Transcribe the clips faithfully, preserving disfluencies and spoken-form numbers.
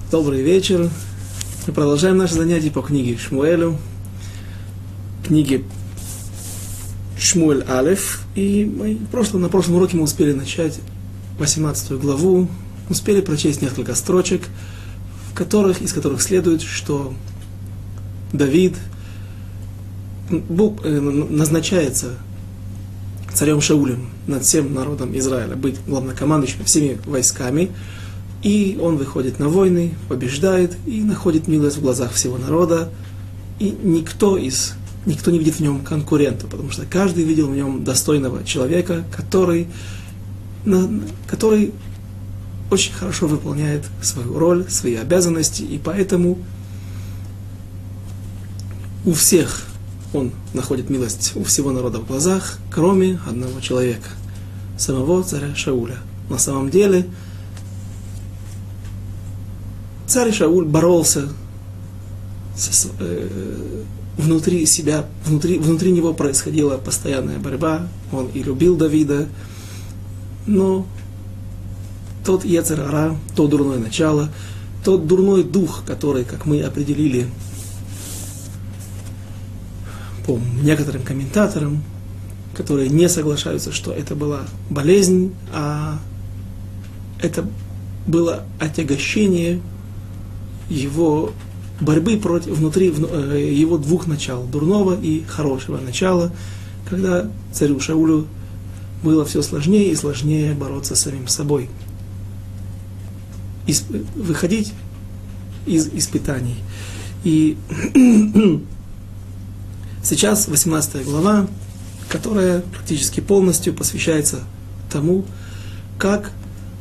Добрый вечер. Мы продолжаем наше занятие по книге Шмуэлю, книге Шмуэль Алеф. И мы в прошлом, на прошлом уроке мы успели начать восемнадцатую главу, успели прочесть несколько строчек, в которых, из которых следует, что Давид назначается царем Шаулем над всем народом Израиля, быть главнокомандующим всеми войсками. И он выходит на войны, побеждает и находит милость в глазах всего народа. И никто, из, никто не видит в нем конкурента, потому что каждый видел в нем достойного человека, который, на, который очень хорошо выполняет свою роль, свои обязанности. И поэтому у всех он находит милость, у всего народа в глазах, кроме одного человека, самого царя Шауля. На самом деле царь Шауль боролся со, э, внутри себя, внутри, внутри него происходила постоянная борьба, он и любил Давида, но тот Йецер ара, то дурное начало, тот дурной дух, который, как мы определили по некоторым комментаторам, которые не соглашаются, что это была болезнь, а это было отягощение его борьбы против, внутри его двух начал, дурного и хорошего начала, когда царю Шаулю было все сложнее и сложнее бороться с самим собой, Исп, выходить из испытаний. И сейчас восемнадцатая глава, которая практически полностью посвящается тому, как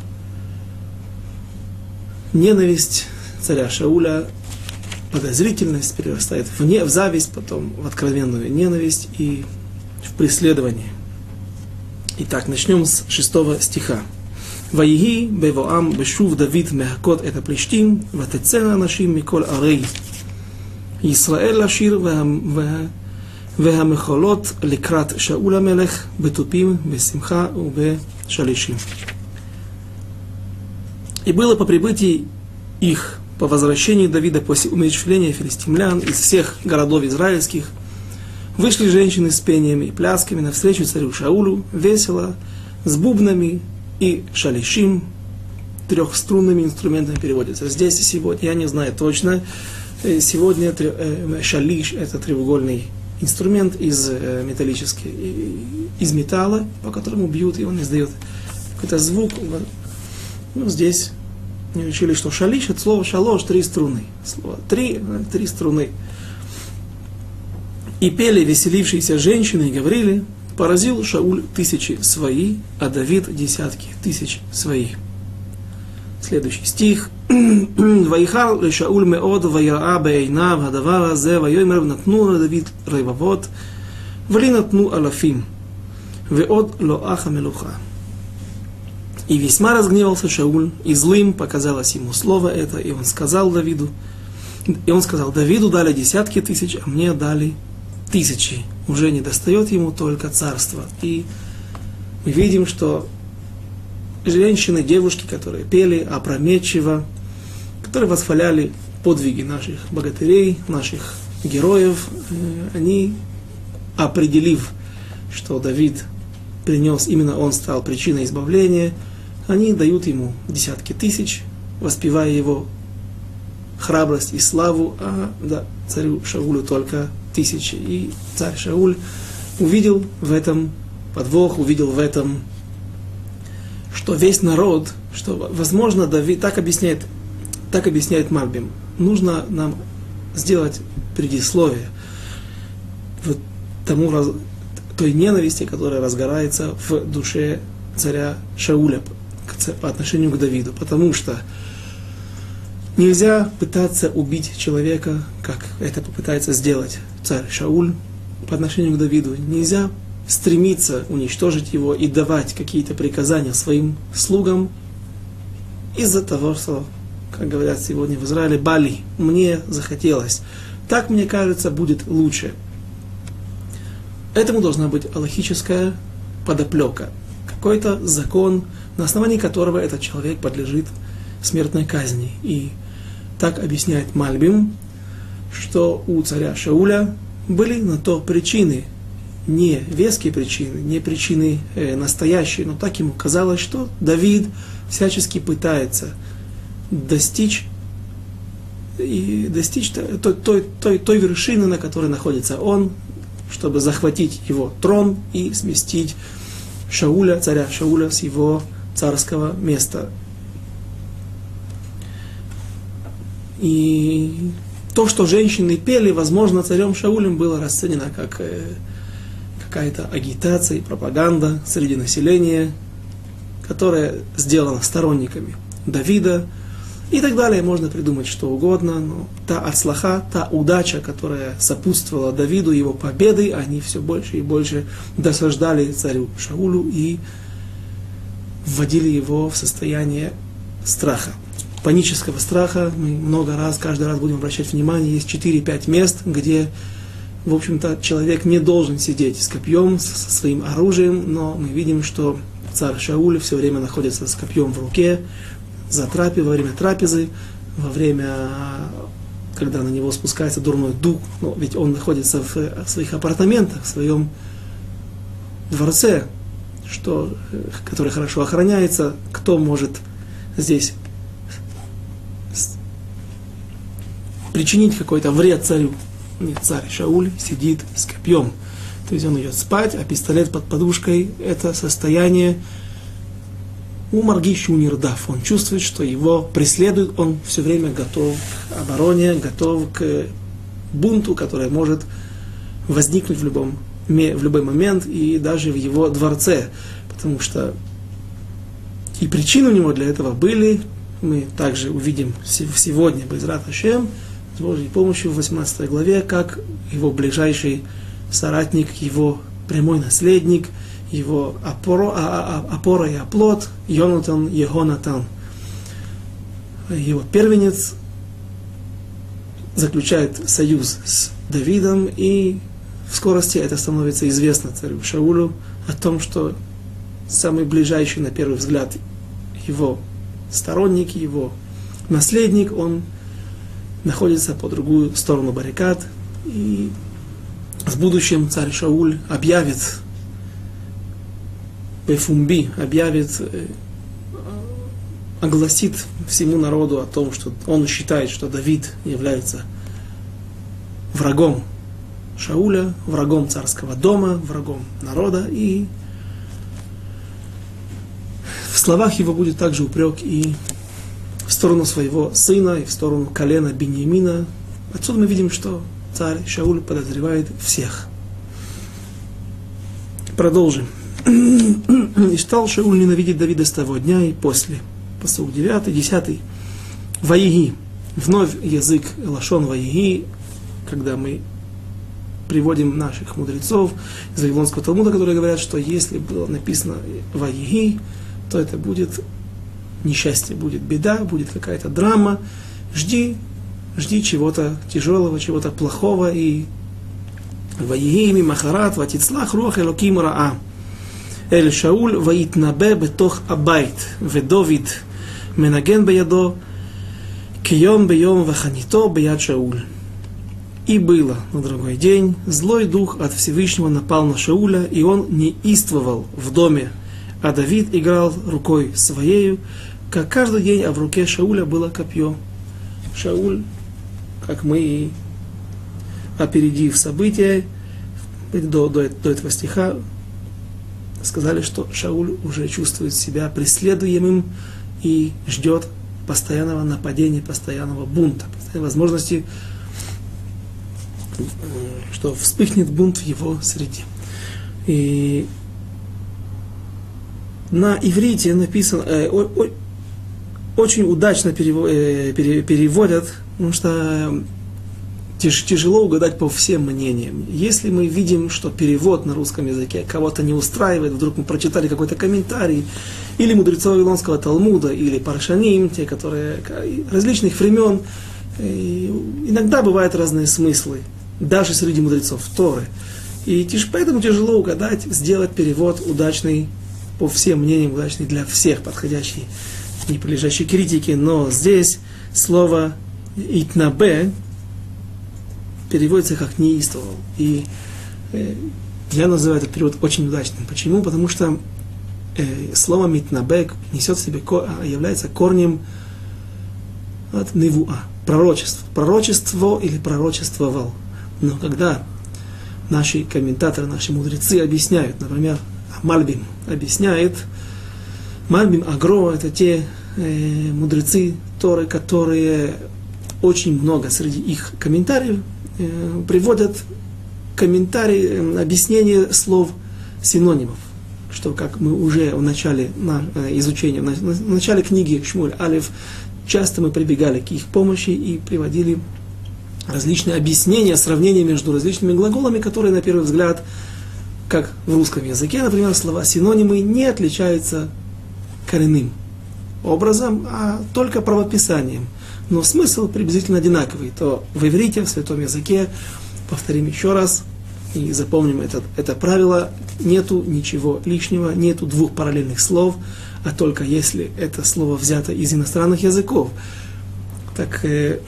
ненависть царя Шауля, подозрительность перерастает в, не, в зависть, потом в откровенную ненависть и в преследование. Итак, начнем с шестого стиха. «Ваиги бевоам бешув Давид мехакот это плештим, ватецена нашим миколь арей. Исраэль лашир вехамехолот ликрат Шауля мелех бетупим бесимха убе шалишим». И было по прибытии их, по возвращении Давида после умерщвления филистимлян из всех городов израильских, вышли женщины с пениями и плясками навстречу царю Шаулю, весело, с бубнами и шалишим, трехструнными инструментами переводится. Здесь сегодня, я не знаю точно, сегодня шалиш — это треугольный инструмент из металлический, из металла, по которому бьют, и он издает какой-то звук. Ну, здесь мы решили, что шалиш — это слово шалош, три струны. Слово три, три струны. И пели веселившиеся женщины и говорили: поразил Шауль тысячи свои, а Давид десятки тысяч своих. Следующий стих. Ваихал Шауль меод ваираа бейнав хадавар азе вайомер натну Давид ревавот вли натну алафим веод лоаха мелуха. И весьма разгневался Шауль, и злым показалось ему слово это, и он сказал Давиду, и он сказал: Давиду дали десятки тысяч, а мне дали тысячи. Уже не достает ему только царство. И мы видим, что женщины, девушки, которые пели опрометчиво, которые восхваляли подвиги наших богатырей, наших героев, они, определив, что Давид принес, именно он стал причиной избавления, они дают ему десятки тысяч, воспевая его храбрость и славу, а да, царю Шаулю только тысячи. И царь Шауль увидел в этом подвох, увидел в этом, что весь народ, что, возможно, Давид, так объясняет, так объясняет Мальбим, нужно нам сделать предисловие вот тому, той ненависти, которая разгорается в душе царя Шауля по отношению к Давиду. Потому что нельзя пытаться убить человека, как это попытается сделать царь Шауль по отношению к Давиду. Нельзя стремиться уничтожить его и давать какие-то приказания своим слугам из-за того, что, как говорят сегодня в Израиле, бали, мне захотелось. Так, мне кажется, будет лучше. Этому должна быть алахическая подоплека, какой-то закон, на основании которого этот человек подлежит смертной казни. И Так объясняет Мальбим, что у царя Шауля были на то причины, не веские причины, не причины э, настоящие, но так ему казалось, что Давид всячески пытается достичь и достичь той, той, той, той вершины, на которой находится он, чтобы захватить его трон и сместить Шауля, царя Шауля, с его царского места. И то, что женщины пели, возможно, царем Шаулем было расценено как э, какая-то агитация и пропаганда среди населения, которая сделана сторонниками Давида и так далее. Можно придумать что угодно, но та ацлаха, та удача, которая сопутствовала Давиду, его победы, они все больше и больше досаждали царю Шаулю и вводили его в состояние страха, панического страха. Мы много раз, каждый раз будем обращать внимание, есть четыре-пять мест, где, в общем-то, человек не должен сидеть с копьем, со своим оружием, но мы видим, что царь Шауль все время находится с копьем в руке, за трапе, во время трапезы, во время, когда на него спускается дурной дух, но ведь он находится в, в своих апартаментах, в своем дворце, что, который хорошо охраняется. Кто может здесь причинить какой-то вред царю? Нет, царь Шауль сидит с копьем. То есть он идет спать, а пистолет под подушкой – это состояние у Маргищу Нирдав. Он чувствует, что его преследуют, он все время готов к обороне, готов к бунту, который может возникнуть в любом, в любой момент и даже в его дворце. Потому что и причины у него для этого были, мы также увидим сегодня, Безрат Ашем, с Божьей помощью в восемнадцатой главе, как его ближайший соратник, его прямой наследник, его опора, а, а, опора и оплот, Йонатан, Ехонатан, его первенец, заключает союз с Давидом, и в скорости это становится известно царю Шаулю о том, что самый ближайший, на первый взгляд, его сторонник, его наследник, он находится по другую сторону баррикад, и в будущем царь Шауль объявит Бефумби, объявит, огласит всему народу о том, что он считает, что Давид является врагом Шауля, врагом царского дома, врагом народа, и в словах его будет также упрек и в сторону своего сына, и в сторону колена Биньямина. Отсюда мы видим, что царь Шауль подозревает всех. Продолжим. И стал Шауль ненавидеть Давида с того дня и после. Пасук девятый, десятый. Ваиги. Вновь язык лашон ваиги, когда мы приводим наших мудрецов из Вавилонского Талмуда, которые говорят, что если было написано ваиги, то это будет несчастье, будет беда, будет какая-то драма. Жди, жди чего-то тяжелого, чего-то плохого. И ваиги мимахарат ватицлах руах элоким раа. Эль Шауль ваитнабе бетох абайт, ведовид менаген беядо, кием бейом ваханито беяд Шауль. И было на другой день, злой дух от Всевышнего напал на Шауля, и он неистовал в доме, а Давид играл рукой своею, как каждый день, а в руке Шауля было копье. Шауль, как мы и опередив события, до, до, до этого стиха, сказали, что Шауль уже чувствует себя преследуемым и ждет постоянного нападения, постоянного бунта, постоянной возможности, что вспыхнет бунт в его среде. И на иврите написано, э, о, о, очень удачно перево, э, пере, переводят, потому что тяж, тяжело угадать по всем мнениям. Если мы видим, что перевод на русском языке кого-то не устраивает, вдруг мы прочитали какой-то комментарий, или мудрецов Вавилонского Талмуда, или Паршаним, те, которые различных времен, иногда бывают разные смыслы, даже среди мудрецов Торы. И поэтому тяжело угадать, сделать перевод удачный по всем мнениям, удачный для всех, подходящий, не подлежащий критике. Но здесь слово Итнабе переводится как неистовал. И э, я называю этот перевод очень удачным. Почему? Потому что э, слово митнабек несет в себе, является корнем от невуа, пророчество. Пророчество или пророчествовал. Но когда наши комментаторы, наши мудрецы объясняют, например, Мальбим объясняет, Мальбим Агро — это те э, мудрецы Торы, которые очень много среди их комментариев э, приводят комментарии, э, объяснение слов синонимов, что, как мы уже в начале на, э, изучения, в, на, в начале книги Шмуль Алеф, часто мы прибегали к их помощи и приводили различные объяснения, сравнения между различными глаголами, которые, на первый взгляд, как в русском языке, например, слова синонимы не отличаются коренным образом, а только правописанием. Но смысл приблизительно одинаковый. То в иврите, в святом языке, повторим еще раз и запомним это, это правило, нету ничего лишнего, нету двух параллельных слов, а только если это слово взято из иностранных языков. Так, э,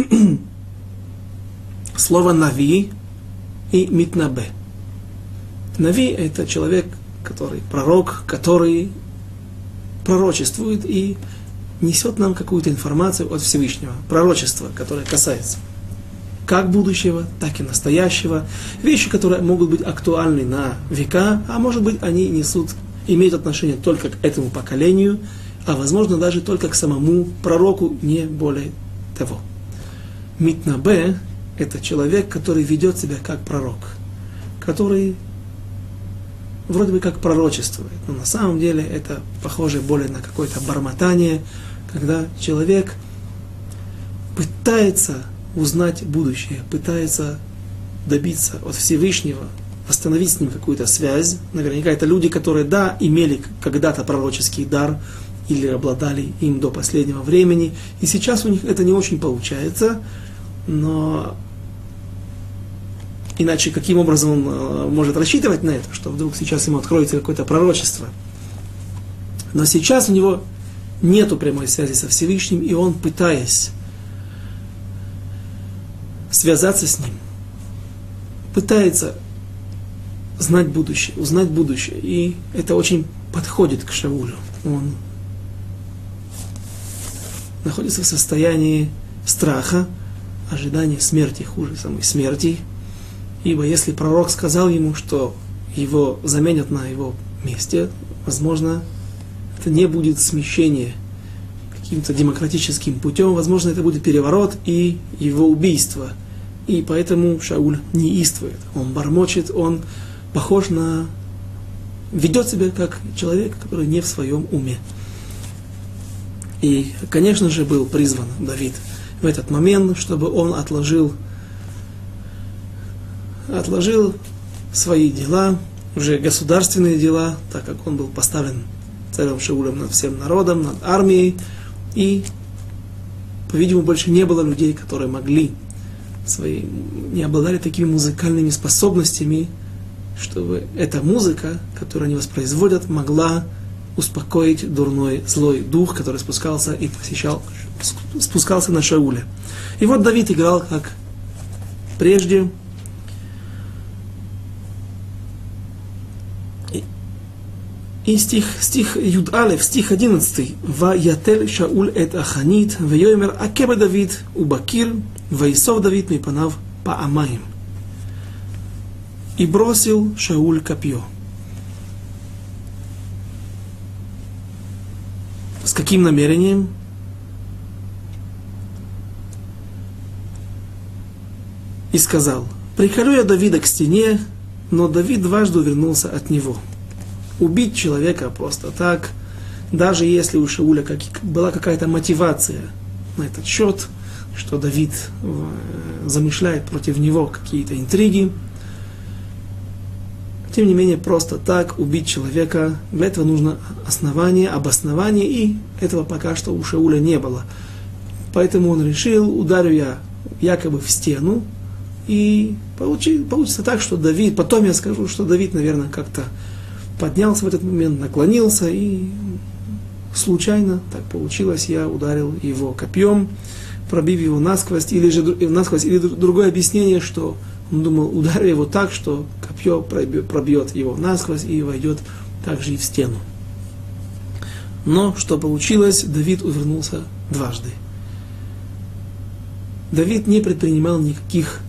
слово «нави» и «митнабе». Нави — это человек, который пророк, который пророчествует и несет нам какую-то информацию от Всевышнего. Пророчество, которое касается как будущего, так и настоящего. Вещи, которые могут быть актуальны на века, а может быть, они несут, имеют отношение только к этому поколению, а возможно даже только к самому пророку, не более того. Митнабе — это человек, который ведет себя как пророк, который вроде бы как пророчествует, но на самом деле это похоже более на какое-то бормотание, когда человек пытается узнать будущее, пытается добиться от Всевышнего, восстановить с ним какую-то связь. Наверняка это люди, которые, да, имели когда-то пророческий дар или обладали им до последнего времени, и сейчас у них это не очень получается, но иначе каким образом он э, может рассчитывать на это, что вдруг сейчас ему откроется какое-то пророчество. Но сейчас у него нету прямой связи со Всевышним, и он, пытаясь связаться с ним, пытается знать будущее, узнать будущее. И это очень подходит к Шаулю. Он находится в состоянии страха, ожидания смерти, хуже самой смерти. Ибо если пророк сказал ему, что его заменят на его месте, возможно, это не будет смещение каким-то демократическим путем, возможно, это будет переворот и его убийство. И поэтому Шауль неистует, он бормочет, он похож на... ведет себя как человек, который не в своем уме. И, конечно же, был призван Давид в этот момент, чтобы он отложил отложил свои дела, уже государственные дела, так как он был поставлен царем Шаулем над всем народом, над армией, и, по-видимому, больше не было людей, которые могли, свои, не обладали такими музыкальными способностями, чтобы эта музыка, которую они воспроизводят, могла успокоить дурной, злой дух, который спускался и посещал, спускался на Шауля. И вот Давид играл как прежде. И стих, стих Юд Алеф, стих одиннадцатый. «Ваятель Шауль эт аханит, вейомер акеба Давид убакир, ваисов Давид мипанав паамаим». И бросил Шауль копье. С каким намерением? И сказал: «Приколю я Давида к стене», но Давид дважды увернулся от него. Убить человека просто так, даже если у Шауля как, была какая-то мотивация на этот счет, что Давид замышляет против него какие-то интриги, тем не менее, просто так убить человека, для этого нужно основание, обоснование, и этого пока что у Шауля не было. Поэтому он решил: ударю я якобы в стену, и получи, получится так, что Давид, потом я скажу, что Давид, наверное, как-то поднялся в этот момент, наклонился, и случайно так получилось, я ударил его копьем. пробив его насквозь, или же насквозь, или другое объяснение, что он думал, ударю его так, что копье пробьет его насквозь и войдет также и в стену. Но что получилось, Давид увернулся дважды. Давид не предпринимал никаких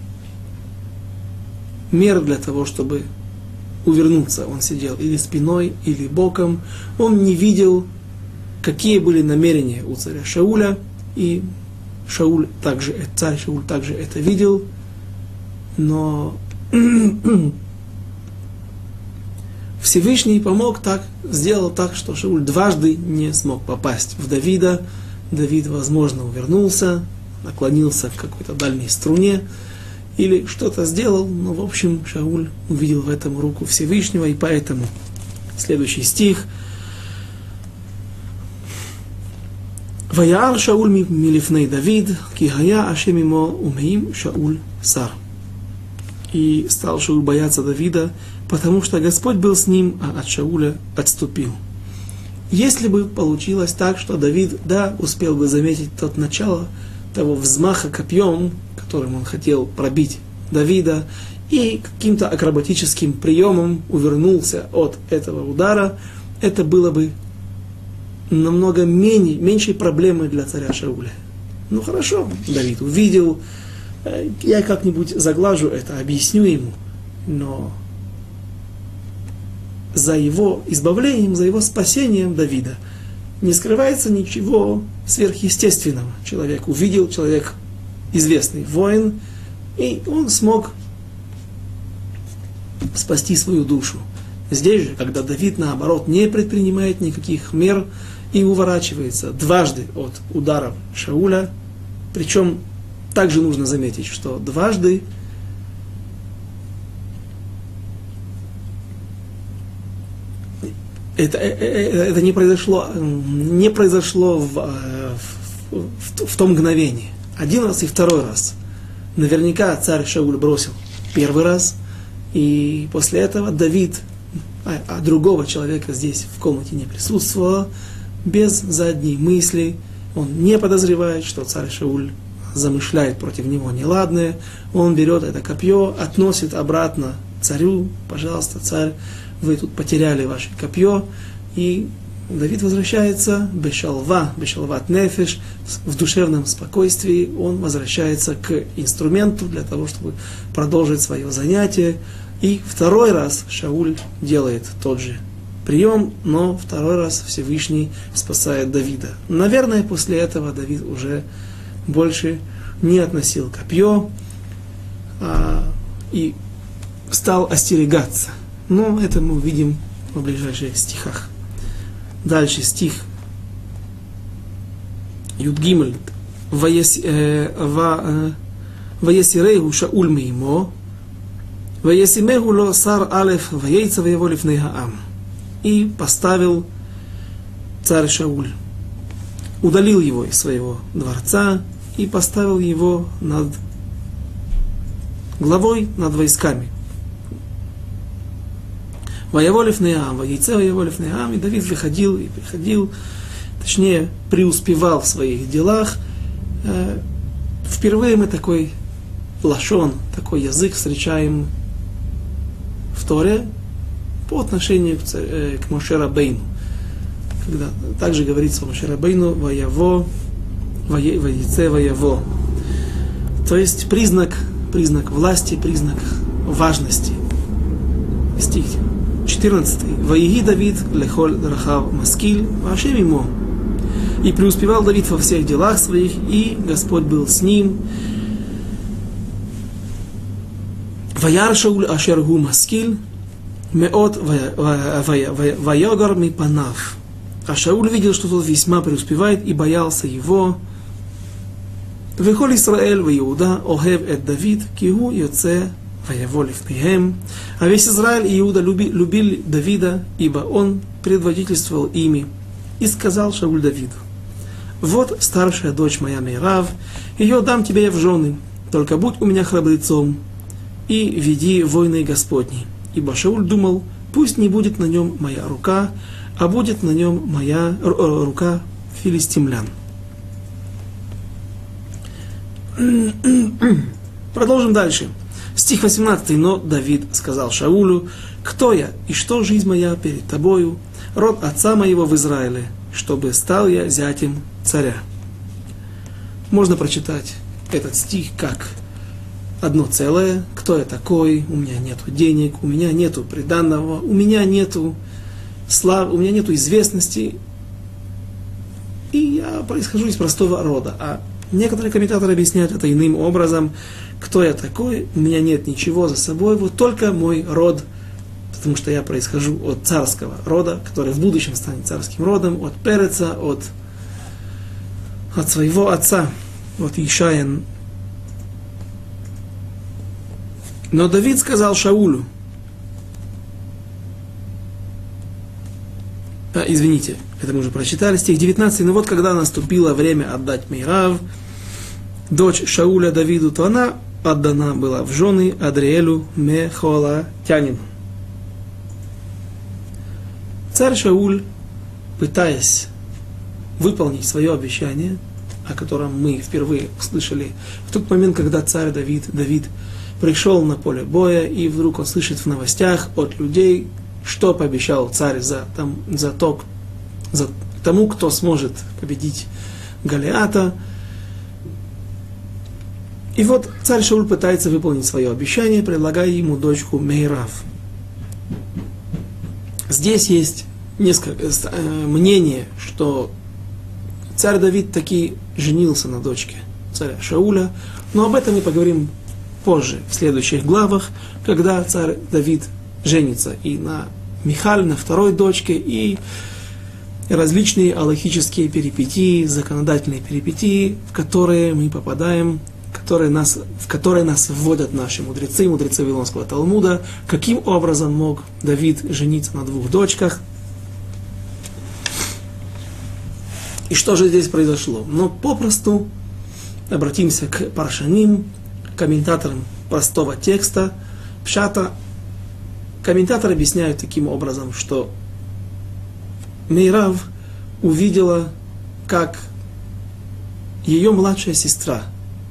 мер для того, чтобы увернуться. Он сидел или спиной, или боком. Он не видел, какие были намерения у царя Шауля, и Шауль также, царь Шауль также это видел, но Всевышний помог так, сделал так, что Шауль дважды не смог попасть в Давида. Давид, возможно, увернулся, наклонился к какой-то дальней струне или что-то сделал, но в общем Шауль увидел в этом руку Всевышнего, и поэтому следующий стих: «Ваяар Шауль милифней Давид, ки хая Ашем имо умеим Шауль сар». И стал Шауль бояться Давида, потому что Господь был с ним, а от Шауля отступил. Если бы получилось так, что Давид, да, успел бы заметить тот начало того взмаха копьем, которым он хотел пробить Давида, и каким-то акробатическим приемом увернулся от этого удара, это было бы намного менее, меньшей проблемой для царя Шауля. Ну хорошо, Давид увидел, я как-нибудь заглажу это, объясню ему, но за его избавлением, за его спасением Давида не скрывается ничего сверхъестественного. Человек увидел, человек известный воин, и он смог спасти свою душу. Здесь же, когда Давид, наоборот, не предпринимает никаких мер и уворачивается дважды от ударов Шауля, причем также нужно заметить, что дважды это, это не произошло, не произошло в, в, в, в том мгновении. Один раз и второй раз. Наверняка царь Шауль бросил первый раз, и после этого Давид, а, а другого человека здесь в комнате не присутствовало, без задней мысли, он не подозревает, что царь Шауль замышляет против него неладное, он берет это копье, относит обратно царю: пожалуйста, царь, вы тут потеряли ваше копье, и Давид возвращается бешалва, бешалват нефеш, в душевном спокойствии, он возвращается к инструменту для того, чтобы продолжить свое занятие. И второй раз Шауль делает тот же прием, но второй раз Всевышний спасает Давида. Наверное, после этого Давид уже больше не относил копье а, и стал остерегаться. Но это мы увидим в ближайших стихах. Дальше стих Юд Гимель. Ваясирейгу Шауль меймо, ваясимегу ло сар алеф, ваяйца ваево лифней хаам. И поставил царь Шауль, удалил его из своего дворца и поставил его над главой, над войсками. Ваево лифней хаам, ваяйца ваево лифней хаам. И Давид выходил и приходил, точнее, преуспевал в своих делах. Впервые мы такой лашон, такой язык встречаем в Торе по отношению к, царь, к Моше Рабейну. Когда также говорится о Моше Рабейну: «Ваяво, ваяйце ваяво». То есть признак, признак власти, признак важности. Стих четырнадцатый. «Ваиги Давид лехоль дарахав маскиль, вашем имо». И преуспевал Давид во всех делах своих, и Господь был с ним. «Ваяр Шауль ашергу маскиль, меот ваягар мипанав». А Шауль видел, что тот весьма преуспевает, и боялся его. «Вехоль Исраэль ва Иуда охев эт Давид, кигу йоце ваяво лифнеhem». А весь Израиль и Иуда люби, любили Давида, ибо он предводительствовал ими. И сказал Шауль Давиду: «Вот старшая дочь моя Мейрав, ее дам тебе в жены, только будь у меня храбрецом, и веди войны Господни». Ибо Шауль думал: пусть не будет на нем моя рука, а будет на нем моя рука филистимлян. Продолжим дальше. Стих восемнадцатый. Но Давид сказал Шаулю: «Кто я и что жизнь моя перед тобою, род отца моего в Израиле, чтобы стал я зятем царя». Можно прочитать этот стих как одно целое. Кто я такой? У меня нету денег, у меня нету приданного, у меня нету славы, у меня нету известности. И я происхожу из простого рода. А некоторые комментаторы объясняют это иным образом. Кто я такой? У меня нет ничего за собой, вот только мой род, потому что я происхожу от царского рода, который в будущем станет царским родом, от Переца, от, от своего отца, от Ишая. Но Давид сказал Шаулю, а, извините, это мы уже прочитали, стих девятнадцатый. Но вот когда наступило время отдать Мейрав, дочь Шауля Давиду, то она отдана была в жены Адриэлю Мехолатянину. Царь Шауль, пытаясь выполнить свое обещание, о котором мы впервые услышали в тот момент, когда царь Давид, Давид пришел на поле боя, и вдруг он слышит в новостях от людей, что пообещал царь за, там, за, то, за тому, кто сможет победить Голиата. И вот царь Шауль пытается выполнить свое обещание, предлагая ему дочку Мейрав. Здесь есть несколько э, мнений, что царь Давид таки женился на дочке царя Шауля, но об этом мы поговорим позже, в следующих главах, когда царь Давид женится и на Михаль, на второй дочке, и различные алахические перипетии, законодательные перипетии, в которые мы попадаем, которые нас, в которые нас вводят наши мудрецы, мудрецы Вавилонского Талмуда, каким образом мог Давид жениться на двух дочках. И что же здесь произошло? Но попросту обратимся к паршаним, комментаторам простого текста, пшата. Комментаторы объясняют таким образом, что Мейрав увидела, как ее младшая сестра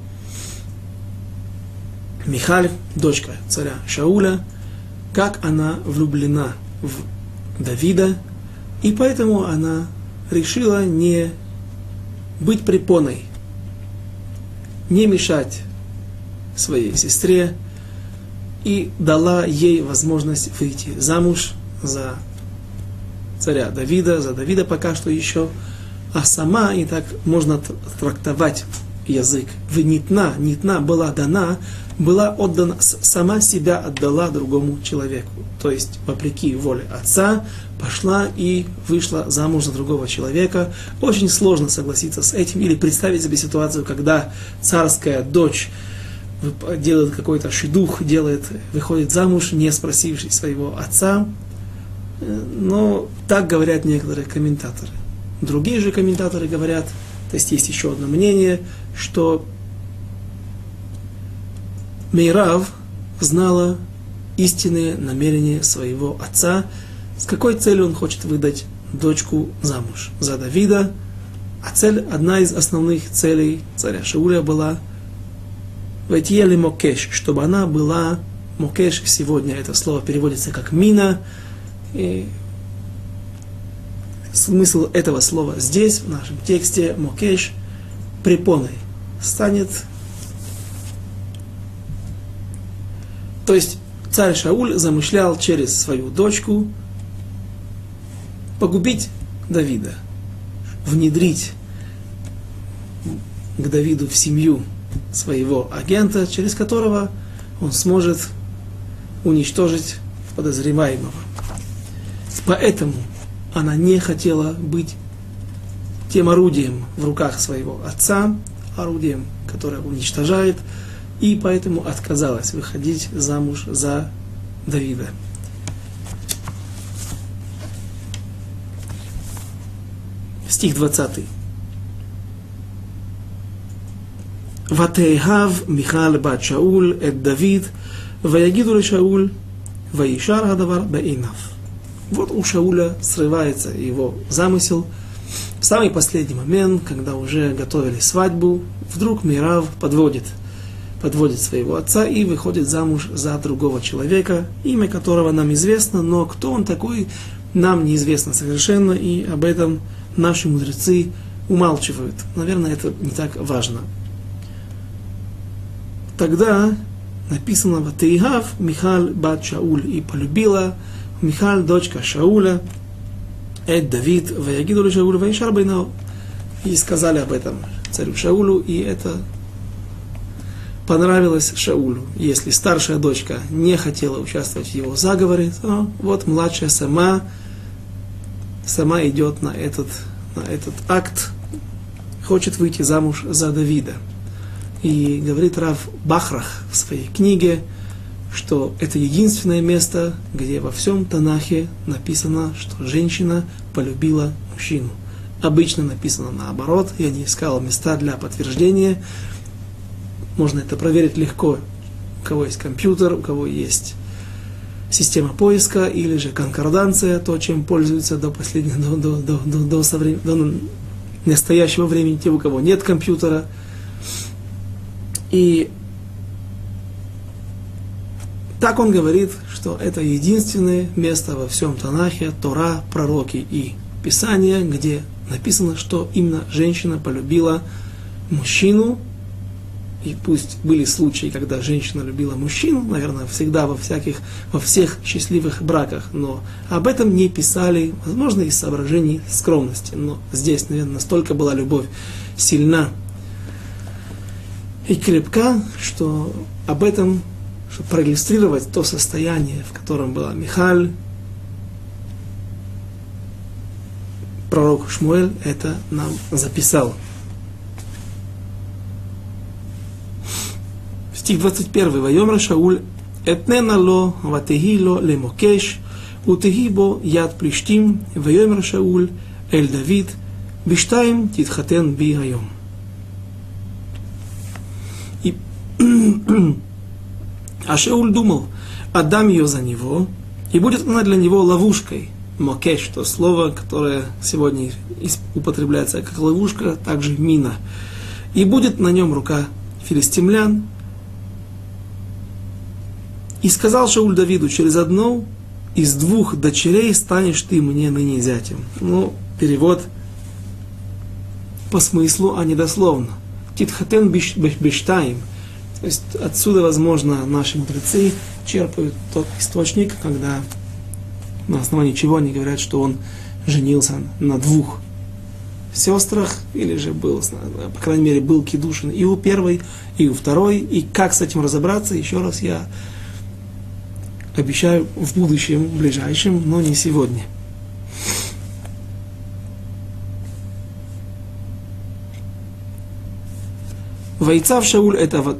Михаль, дочка царя Шауля, как она влюблена в Давида, и поэтому она решила не быть препоной, не мешать своей сестре, и дала ей возможность выйти замуж за царя Давида, за Давида пока что еще, а сама, и так можно трактовать язык, в нитна, нитна была дана, была отдана, сама себя отдала другому человеку, то есть вопреки воле отца пошла и вышла замуж за другого человека. Очень сложно согласиться с этим или представить себе ситуацию, когда царская дочь делает какой-то шидух, делает, выходит замуж, не спросившись своего отца. Но так говорят некоторые комментаторы. Другие же комментаторы говорят, то есть есть еще одно мнение, что Мейрав знала истинные намерения своего отца, с какой целью он хочет выдать дочку замуж за Давида. А цель, одна из основных целей царя Шауля была «Вайтьели мокеш», чтобы она была, мокеш сегодня это слово переводится как мина, и смысл этого слова здесь, в нашем тексте, мокеш, препоной, станет. То есть царь Шауль замышлял через свою дочку погубить Давида, внедрить к Давиду в семью своего агента, через которого он сможет уничтожить подозреваемого. Поэтому она не хотела быть тем орудием в руках своего отца, орудием, которое уничтожает, и поэтому отказалась выходить замуж за Давида. Стих двадцатый. «Ватейхав Михаль бат Шауль эт Давид, ваягиду ле Шауль, ваишар хадавар баинав». Вот у Шауля срывается его замысел, В самый последний момент, когда уже готовили свадьбу, вдруг Мирав подводит, подводит своего отца и выходит замуж за другого человека, имя которого нам известно, но кто он такой, нам неизвестно совершенно, и об этом наши мудрецы умалчивают. Наверное, это не так важно. Тогда написано «Ватеигав Михаль бат Шауль», и полюбила Михаль, дочка Шауля, Эд Давид, Ваягиду Шауль, Ваишар Байнао. И сказали об этом царю Шаулю, и это понравилось Шаулю. Если старшая дочка не хотела участвовать в его заговоре, то вот младшая сама, сама идет на этот, на этот акт, хочет выйти замуж за Давида. И говорит Рав Бахрах в своей книге, что это единственное место, где во всем Танахе написано, что женщина полюбила мужчину. Обычно написано наоборот, я не искал места для подтверждения. Можно это проверить легко. У кого есть компьютер, у кого есть система поиска, или же конкорданция, то, чем пользуются до последнего, до, до, до, до, до, соврем... до настоящего времени, те, у кого нет компьютера. И так он говорит, что это единственное место во всем Танахе, Тора, пророки и Писания, где написано, что именно женщина полюбила мужчину. И пусть были случаи, когда женщина любила мужчину, наверное, всегда во всяких, во всех счастливых браках, но об этом не писали, возможно, из соображений скромности. Но здесь, наверное, настолько была любовь сильна и крепка, что об этом, чтобы проиллюстрировать то состояние, в котором была Михаль, пророк Шмуэль это нам записал. Стих двадцать один. Вайомер Шауль этнена ло ватеги ло лемокеш утеги бо яд плиштим вайомер Шауль эль Давид биштаим титхатен би хайом. И а Шауль думал, отдам ее за него, и будет она для него ловушкой. Мокеш, то слово, которое сегодня употребляется как ловушка, также мина. И будет на нем рука филистимлян. И сказал Шауль Давиду, через одну из двух дочерей станешь ты мне ныне зятем. Ну, перевод по смыслу, а не дословно. Титхатен биштаим. То есть отсюда, возможно, наши мудрецы черпают тот источник, когда на основании чего они говорят, что он женился на двух сестрах, или же был, по крайней мере, был кидушин и у первой, и у второй. И как с этим разобраться, еще раз я обещаю в будущем, в ближайшем, но не сегодня. Вайцав Шауль это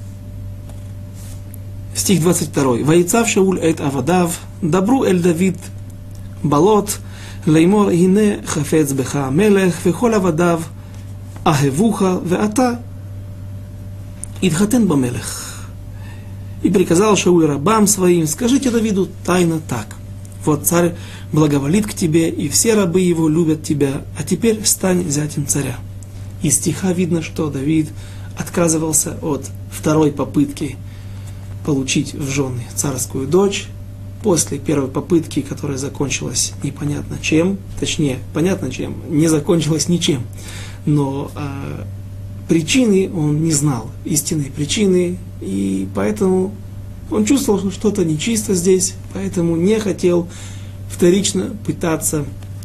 стих двадцать два. Вайцав Шауль это авадав, добру эль Давид балот, леймор хине хафец беха мелех, вехол авадав ахевуха веата идхатен бамелех. И приказал Шауль рабам своим, скажите Давиду тайно так. Вот царь благоволит к тебе, и все рабы его любят тебя, а теперь стань зятем царя. Из стиха видно, что Давид отказывался от второй попытки получить в жены царскую дочь. После первой попытки, которая закончилась непонятно чем, точнее, понятно чем, не закончилась ничем, но э, причины он не знал, истинной причины, и поэтому он чувствовал, что что-то нечисто здесь, поэтому не хотел вторично пытаться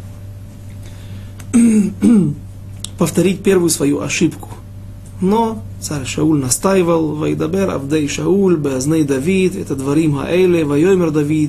повторить первую свою ошибку. Но царь Шауль настаивал, «Вайдабер авдей Шауль, беазней Давид, это дворим хаэле, вайомер Давид,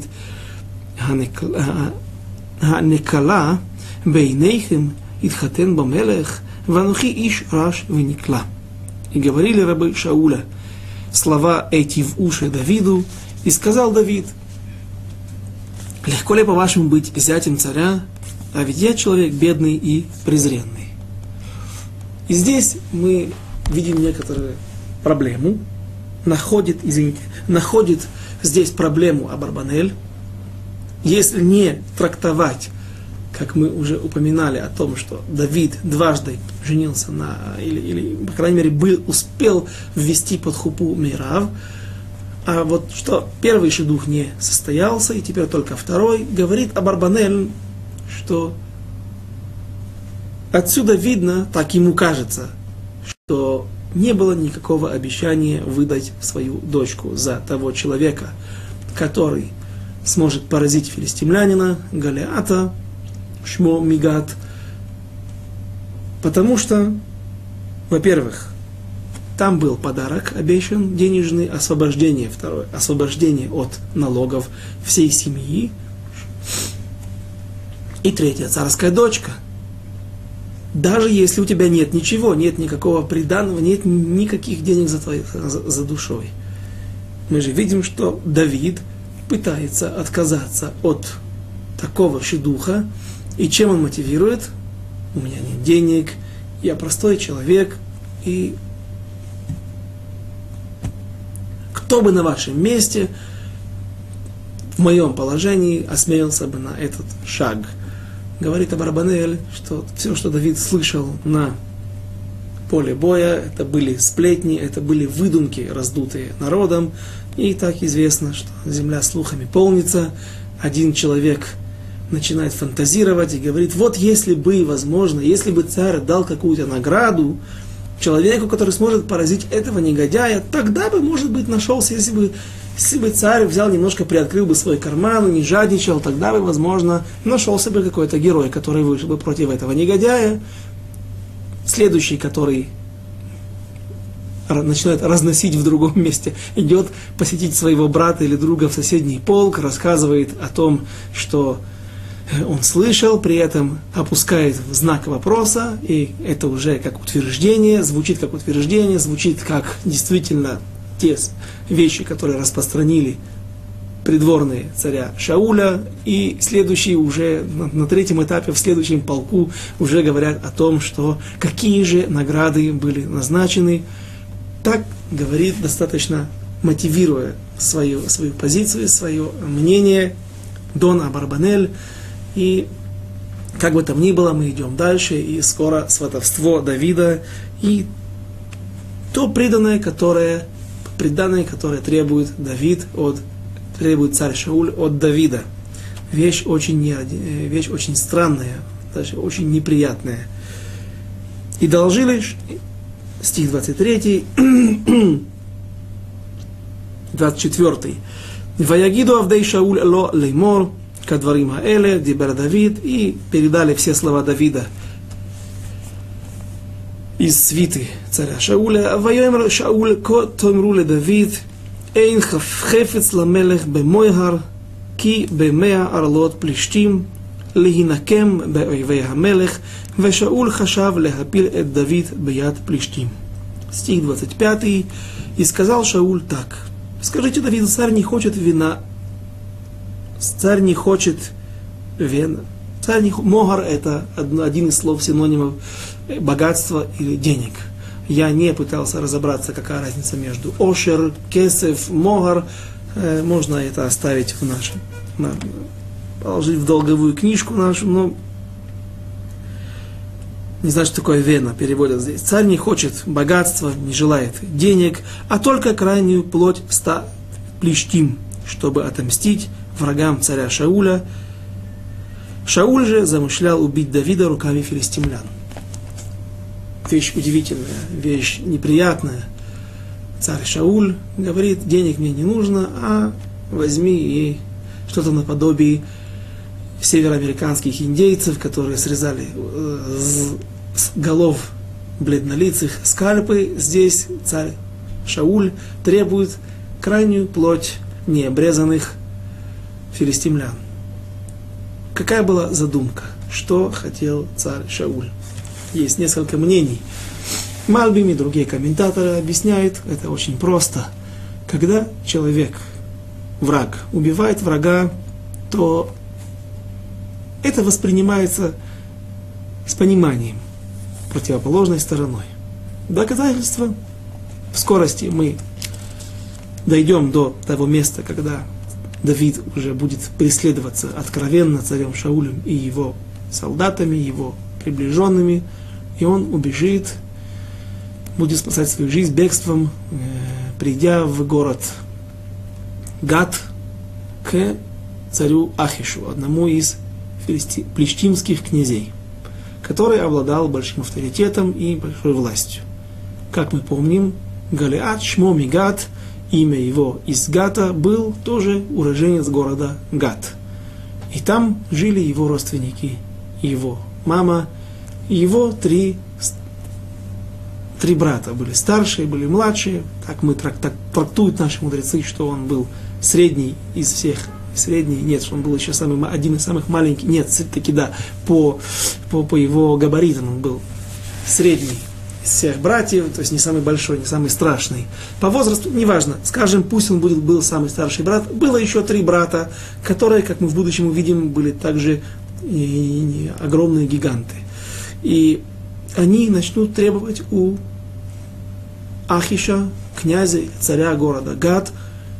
ханекала, бейнейхем, идхатен бамелех, ванухи иш раш веникла». И говорили рабы Шауля слова эти в уши Давиду, и сказал Давид, «Легко ли, по-вашему, быть зятем царя, а ведь я человек бедный и презренный». И здесь мы видим некоторую проблему, находит, извините, находит здесь проблему Абарбанель, если не трактовать как мы уже упоминали о том, что Давид дважды женился на, или, или по крайней мере, был, успел ввести под хупу Мирав, а вот что первый шидух не состоялся, и теперь только второй, говорит Абарбанель, что отсюда видно, так ему кажется, что не было никакого обещания выдать свою дочку за того человека, который сможет поразить филистимлянина, Голиата, Шмо Мигат, потому что, во-первых, там был подарок обещан, денежный, освобождение, второе, освобождение от налогов всей семьи, и третье, царская дочка. Даже если у тебя нет ничего, нет никакого приданого, нет никаких денег за, твоей, за, за душой. Мы же видим, что Давид пытается отказаться от такого шидуха. И чем он мотивирует? У меня нет денег, я простой человек, и кто бы на вашем месте, в моем положении, осмелился бы на этот шаг. Говорит Абарбанель, что все, что Давид слышал на поле боя, это были сплетни, это были выдумки, раздутые народом, и так известно, что земля слухами полнится, один человек начинает фантазировать и говорит, вот если бы, возможно, если бы царь дал какую-то награду человеку, который сможет поразить этого негодяя, тогда бы, может быть, нашелся, если бы, если бы царь взял немножко, приоткрыл бы свой карман, не жадничал, тогда бы, возможно, нашелся бы какой-то герой, который вышел бы против этого негодяя. Следующий, который начинает разносить в другом месте, идет посетить своего брата или друга в соседний полк, рассказывает о том, что он слышал, при этом опускает знак вопроса, и это уже как утверждение, звучит как утверждение, звучит как действительно те вещи, которые распространили придворные царя Шауля, и следующие уже на, на третьем этапе, в следующем полку уже говорят о том, что какие же награды были назначены. Так говорит, достаточно мотивируя свою, свою позицию, свое мнение Дон Абарбанель. И как бы там ни было, мы идем дальше, и скоро сватовство Давида, и то преданное, которое, преданное, которое требует Давид от, требует царь Шауль от Давида. Вещь очень, не, вещь очень странная, даже очень неприятная. И доложили, стих двадцать три, двадцать четыре. «Ваягиду авдей Шауль ло леймор, кадварим хаэле, дибер Давид», и передали все слова Давида из свиты царя Шауля. «Ваёмер Шауль ко томру ле Давид, эйн хефец ламелех бемойхар, ки бемеа арлот плиштим, лихинакем беойвей хамелех, вешауль хашав лехапил эт Давид беяд плиштим». Стих двадцать пять. «И сказал Шауль так: скажите Давиду, царь не хочет вина». Царь не хочет вена. Царь не... Могар — это один из слов синонимов богатства или денег. Я не пытался разобраться, какая разница между ошер, кесев, могар. Э, можно это оставить в нашем, на, положить в долговую книжку нашу, но не знаю, что такое вена, переводят здесь. Царь не хочет богатства, не желает денег, а только крайнюю плоть ста плештим, чтобы отомстить врагам царя Шауля. Шауль же замышлял убить Давида руками филистимлян. Вещь удивительная, вещь неприятная. Царь Шауль говорит: денег мне не нужно, а возьми и что-то наподобие североамериканских индейцев, которые срезали с голов бледнолицых скальпы. Здесь царь Шауль требует крайнюю плоть необрезанных филистимлян. Какая была задумка? Что хотел царь Шауль? Есть несколько мнений. Мальбим и другие комментаторы объясняют, это очень просто. Когда человек, враг, убивает врага, то это воспринимается с пониманием, противоположной стороной. Доказательство: в скорости мы дойдем до того места, когда Давид уже будет преследоваться откровенно царем Шаулем и его солдатами, его приближенными, и он убежит, будет спасать свою жизнь бегством, э, придя в город Гат к царю Ахишу, одному из филисти... плештимских князей, который обладал большим авторитетом и большой властью. Как мы помним, Галиат, Шмо Мигат, имя его из Гата, был тоже уроженец города Гат. И там жили его родственники, его мама, и его три, три брата. Были старшие, были младшие. Так, мы, так трактуют наши мудрецы, что он был средний из всех. Средний, нет, что он был еще самый, один из самых маленьких. Нет, все-таки да, по, по, по его габаритам он был средний из всех братьев, то есть не самый большой, не самый страшный. По возрасту, неважно, скажем, пусть он будет, был самый старший брат. Было еще три брата, которые, как мы в будущем увидим, были также и, и огромные гиганты. И они начнут требовать у Ахиша, князя, царя города Гат,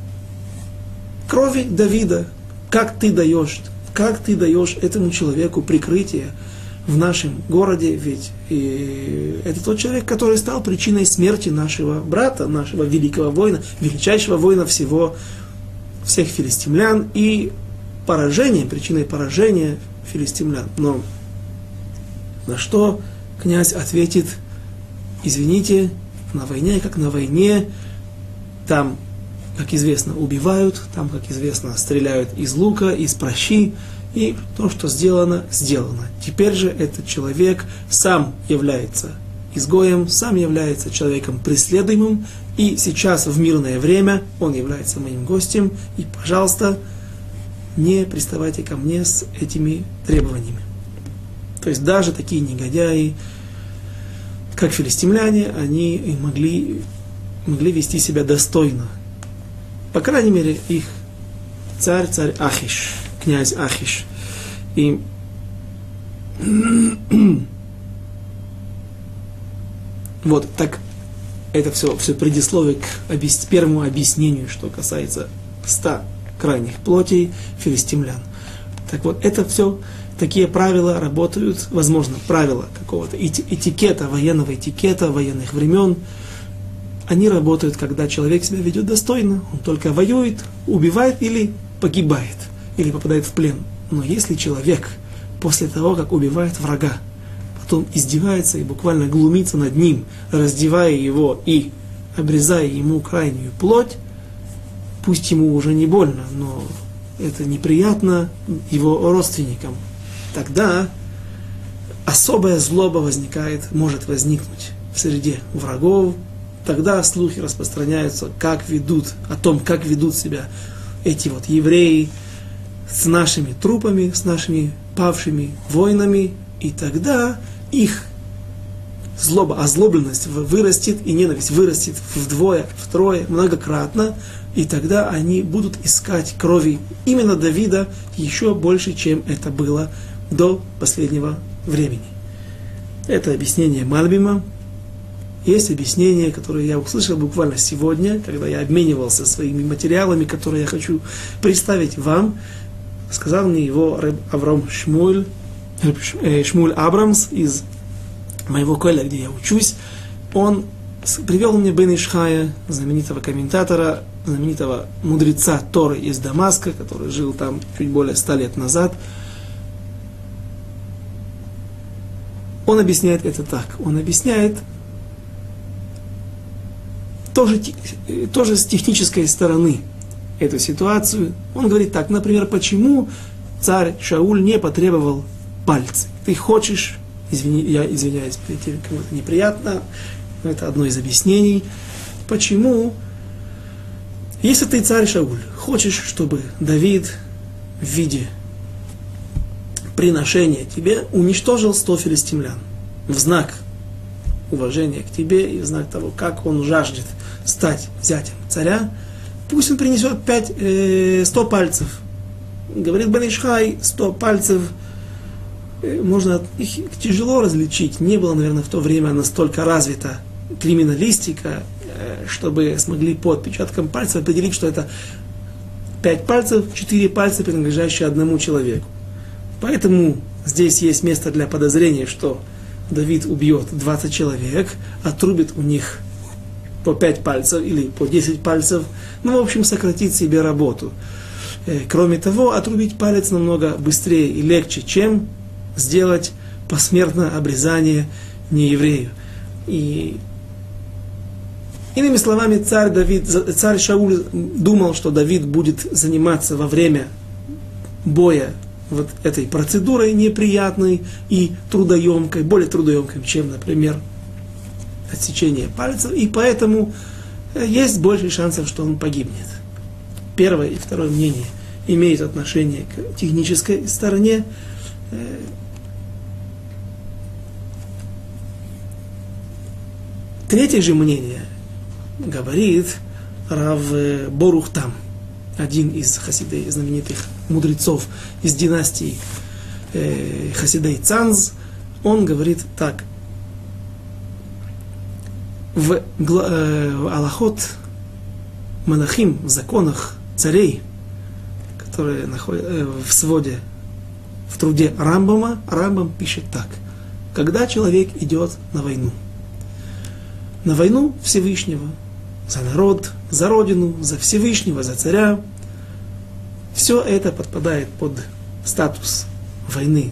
крови Давида. Как ты даешь, как ты даешь этому человеку прикрытие в нашем городе, ведь и это тот человек, который стал причиной смерти нашего брата, нашего великого воина, величайшего воина всего, всех филистимлян, и поражение, причиной поражения филистимлян. Но на что князь ответит: извините, на войне, как на войне, там, как известно, убивают, там, как известно, стреляют из лука, из пращи, и то, что сделано, сделано. Теперь же этот человек сам является изгоем, сам является человеком преследуемым, и сейчас в мирное время он является моим гостем, и, пожалуйста, не приставайте ко мне с этими требованиями. То есть даже такие негодяи, как филистимляне, они могли, могли вести себя достойно. По крайней мере, их царь, царь Ахиш, князь Ахиш. И вот так, это все, все предисловие к объяс... первому объяснению, что касается ста крайних плотей филистимлян. Так вот, это все, такие правила работают, возможно, правила какого-то этикета, военного этикета, военных времен. Они работают, когда человек себя ведет достойно, он только воюет, убивает или погибает, или попадает в плен. Но если человек после того, как убивает врага, потом издевается и буквально глумится над ним, раздевая его и обрезая ему крайнюю плоть, пусть ему уже не больно, но это неприятно его родственникам, тогда особая злоба возникает, может возникнуть в среде врагов. Тогда слухи распространяются, как ведут, о том, как ведут себя эти вот евреи с нашими трупами, с нашими павшими воинами, и тогда их злоба, озлобленность вырастет, и ненависть вырастет вдвое, втрое, многократно, и тогда они будут искать крови именно Давида еще больше, чем это было до последнего времени. Это объяснение Мальбима. Есть объяснение, которое я услышал буквально сегодня, когда я обменивался своими материалами, которые я хочу представить вам. Сказал мне его рэб Авром Шмуль, Шмуль Абрамс из моего колледжа, где я учусь. Он привел мне Бен Ишхая, знаменитого комментатора, знаменитого мудреца Торы из Дамаска, который жил там чуть более ста лет назад. Он объясняет это так. Он объясняет тоже, тоже с технической стороны эту ситуацию. Он говорит так, например, почему царь Шауль не потребовал пальцы? Ты хочешь, извини, я извиняюсь перед тем, кому это неприятно, но это одно из объяснений, почему, если ты царь Шауль, хочешь, чтобы Давид в виде приношения тебе уничтожил сто филистимлян в знак уважения к тебе и в знак того, как он жаждет стать зятем царя, пусть он принесет пять, э, сто пальцев. Говорит Бен Ишхай, сто пальцев, э, можно, их тяжело различить. Не было, наверное, в то время настолько развита криминалистика, э, чтобы смогли по отпечаткам пальцев определить, что это пять пальцев, четыре пальца, принадлежащие одному человеку. Поэтому здесь есть место для подозрения, что Давид убьет двадцать человек, отрубит у них по пять пальцев или по десять пальцев, ну, в общем, сократит себе работу. Кроме того, отрубить палец намного быстрее и легче, чем сделать посмертное обрезание нееврею. И иными словами, царь, Давид, царь Шауль думал, что Давид будет заниматься во время боя вот этой процедурой неприятной и трудоемкой, более трудоемкой, чем, например, отсечение пальцев, и поэтому есть больше шансов, что он погибнет. Первое и второе мнение имеют отношение к технической стороне. Третье же мнение говорит Рав Борухтам, один из хасидей, знаменитых мудрецов из династии э, хасидей Цанз. Он говорит так: в, э, в Алахот Малахим, в законах царей, которые находят э, в своде, в труде Рамбама, Рамбам пишет так: когда человек идет на войну, на войну Всевышнего, за народ, за родину, за Всевышнего, за царя, все это подпадает под статус войны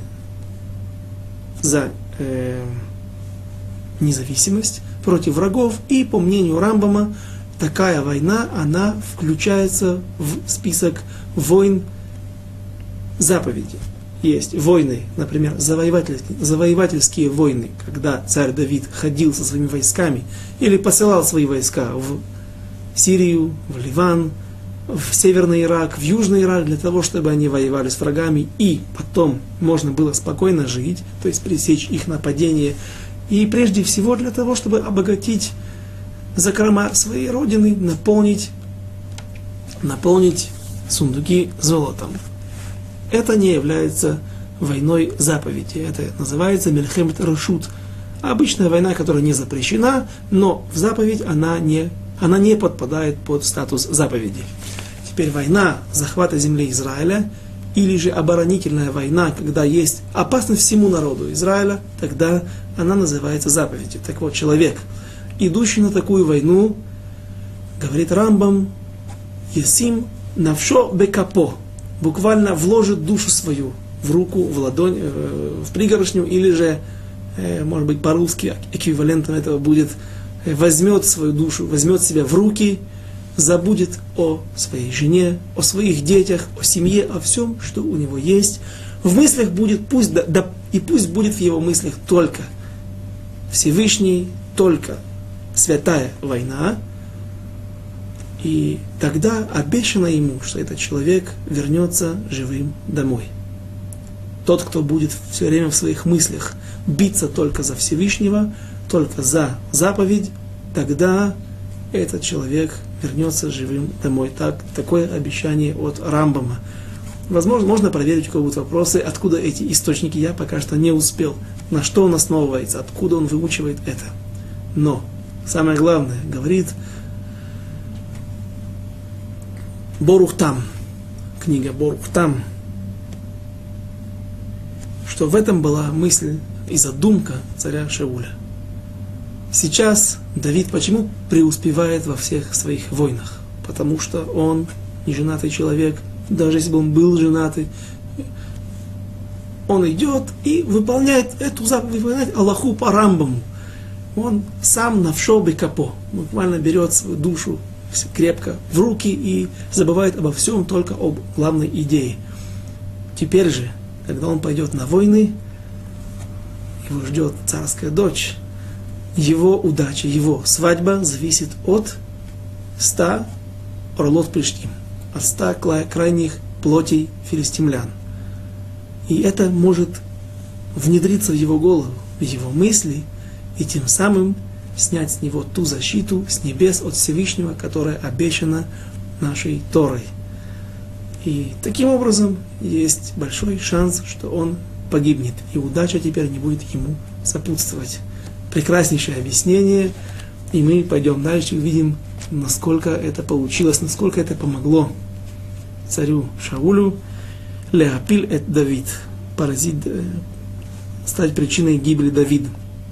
за э, независимость против врагов, и по мнению Рамбама, такая война, она включается в список войн заповеди. Есть войны, например, завоевательские, завоевательские войны, когда царь Давид ходил со своими войсками или посылал свои войска в Сирию, в Ливан, в Северный Ирак, в Южный Ирак, для того, чтобы они воевали с врагами, и потом можно было спокойно жить, то есть пресечь их нападение, и прежде всего для того, чтобы обогатить закрома своей родины, наполнить, наполнить сундуки золотом. Это не является войной заповеди. Это называется мельхемет решут. Обычная война, которая не запрещена, но в заповедь она не, она не подпадает под статус заповеди. Теперь война захвата земли Израиля, или же оборонительная война, когда есть опасность всему народу Израиля, тогда она называется заповедью. Так вот, человек, идущий на такую войну, говорит Рамбам, есим навшо бекапо, буквально вложит душу свою в руку, в ладонь, в пригоршню, или же, может быть, по-русски эквивалентом этого будет, возьмет свою душу, возьмет себя в руки, забудет о своей жене, о своих детях, о семье, о всем, что у него есть. В мыслях будет, пусть, да, да, и пусть будет в его мыслях только Всевышний, только святая война, и тогда обещано ему, что этот человек вернется живым домой. Тот, кто будет все время в своих мыслях биться только за Всевышнего, только за заповедь, тогда этот человек вернется живым домой. Так, такое обещание от Рамбама. Возможно, можно проверить, у кого будут вопросы, откуда эти источники, я пока что не успел. На что он основывается, откуда он выучивает это. Но самое главное, говорит Борухтам, книга Борухтам, что в этом была мысль и задумка царя Шауля. Сейчас Давид почему преуспевает во всех своих войнах? Потому что он не женатый человек, даже если бы он был женатый, он идет и выполняет эту заповедь, выполняет Аллаху по Рамбаму. Он сам навшо бекапо, буквально берет свою душу крепко в руки и забывает обо всем, только об главной идее. Теперь же, когда он пойдет на войны, его ждет царская дочь, его удача, его свадьба зависит от ста орлот Плештим, от ста крайних плотей филистимлян. И это может внедриться в его голову, в его мысли, и тем самым снять с него ту защиту с небес от Всевышнего, которая обещана нашей Торой. И таким образом есть большой шанс, что он погибнет, и удача теперь не будет ему сопутствовать. Прекраснейшее объяснение, и мы пойдем дальше и увидим, насколько это получилось, насколько это помогло царю Шаулю леапиль эт Давид, поразить, стать причиной гибели Давида.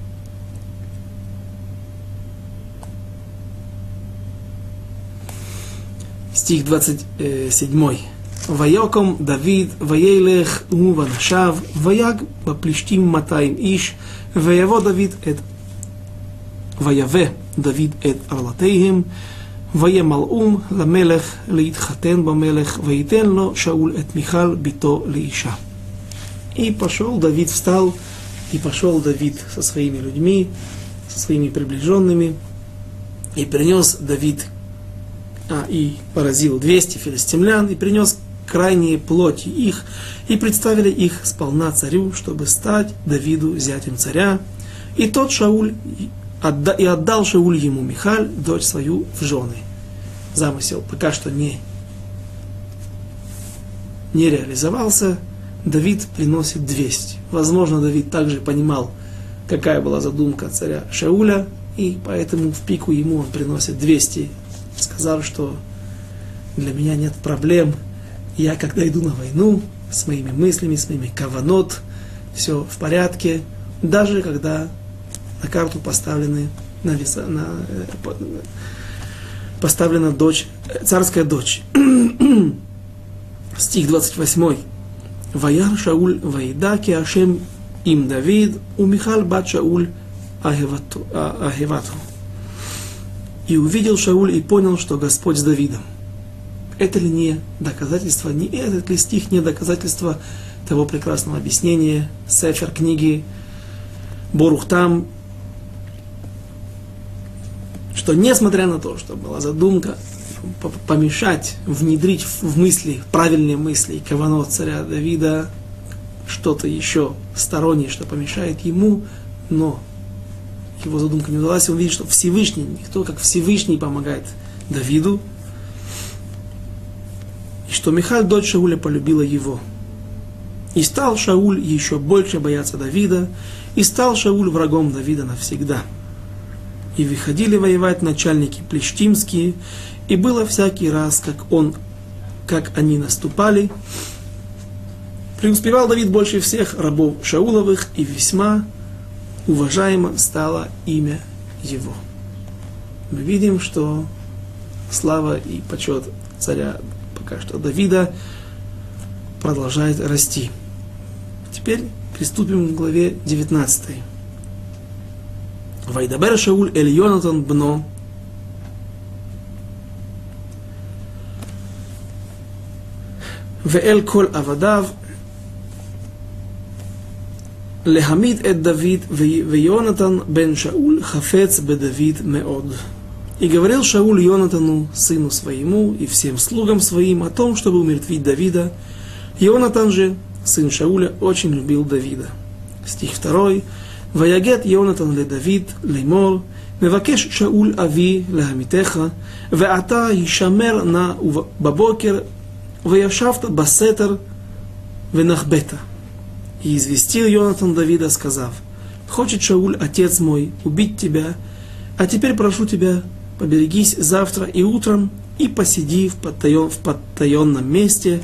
Стих двадцать семь. Ваяком Давид, ваейлех уванашав, ваяг баплиштим матаим иш, ваяво Давид эт ваяве Давид эт арлатейхем, ваемалум ламелех леитхатен бамелех, ваитен ло Шауль эт Михал бито лииша. И пошел Давид, встал, и пошел Давид со своими людьми, со своими приближенными, и принес Давид А, и поразил двести филистимлян, и принес крайние плоти их, и представили их сполна царю, чтобы стать Давиду зятем царя. И тот Шауль, отда, и отдал Шауль ему Михаль, дочь свою, в жены. Замысел пока что не, не реализовался. Давид приносит двести. Возможно, Давид также понимал, какая была задумка царя Шауля, и поэтому в пику ему он приносит двести, сказав, что для меня нет проблем, я когда иду на войну, с моими мыслями, с моими каванот, все в порядке, даже когда на карту поставлены, на веса, на, поставлена дочь, царская дочь. Стих двадцать восемь. Ваяр Шауль ваида ки Ашем им Давид, у Михаль бат Шауль ахевату. И увидел Шауль и понял, что Господь с Давидом. Это ли не доказательство, не этот ли стих не доказательство того прекрасного объяснения Сефер книги Борух Там, что несмотря на то, что была задумка помешать, внедрить в мысли, в правильные мысли каванот царя Давида, что-то еще стороннее, что помешает ему, но его задумка не удалась, он видит, что Всевышний, никто как Всевышний помогает Давиду, и что Михаль, дочь Шауля, полюбила его. И стал Шауль еще больше бояться Давида, и стал Шауль врагом Давида навсегда. И выходили воевать начальники плештимские, и было всякий раз, как он, как они наступали, преуспевал Давид больше всех рабов Шауловых, и весьма уважаемо стало имя его. Мы видим, что слава и почет царя пока что Давида продолжает расти. Теперь приступим к главе девятнадцатой. Вайдабер Шауль эль Йонатан бно веэль коль авадав лехамид эт Давид вейонатан бен Шауль хафец бе Давид меод. И говорил Шауль Йонатану, сыну своему, и всем слугам своим о том, чтобы умертвить Давида. Йонатан же, сын Шауля, очень любил Давида. Стих второй. Ваягет Йонатан ле Давид леймор, мевакеш Шауль ави лехамитеха, веата ишамер на бабокер, ваяшавта басетер венахбета. И известил Йонатан Давида, сказав: хочет Шауль, отец мой, убить тебя, а теперь прошу тебя, поберегись завтра и утром, и посиди в, потаен, в потаенном месте,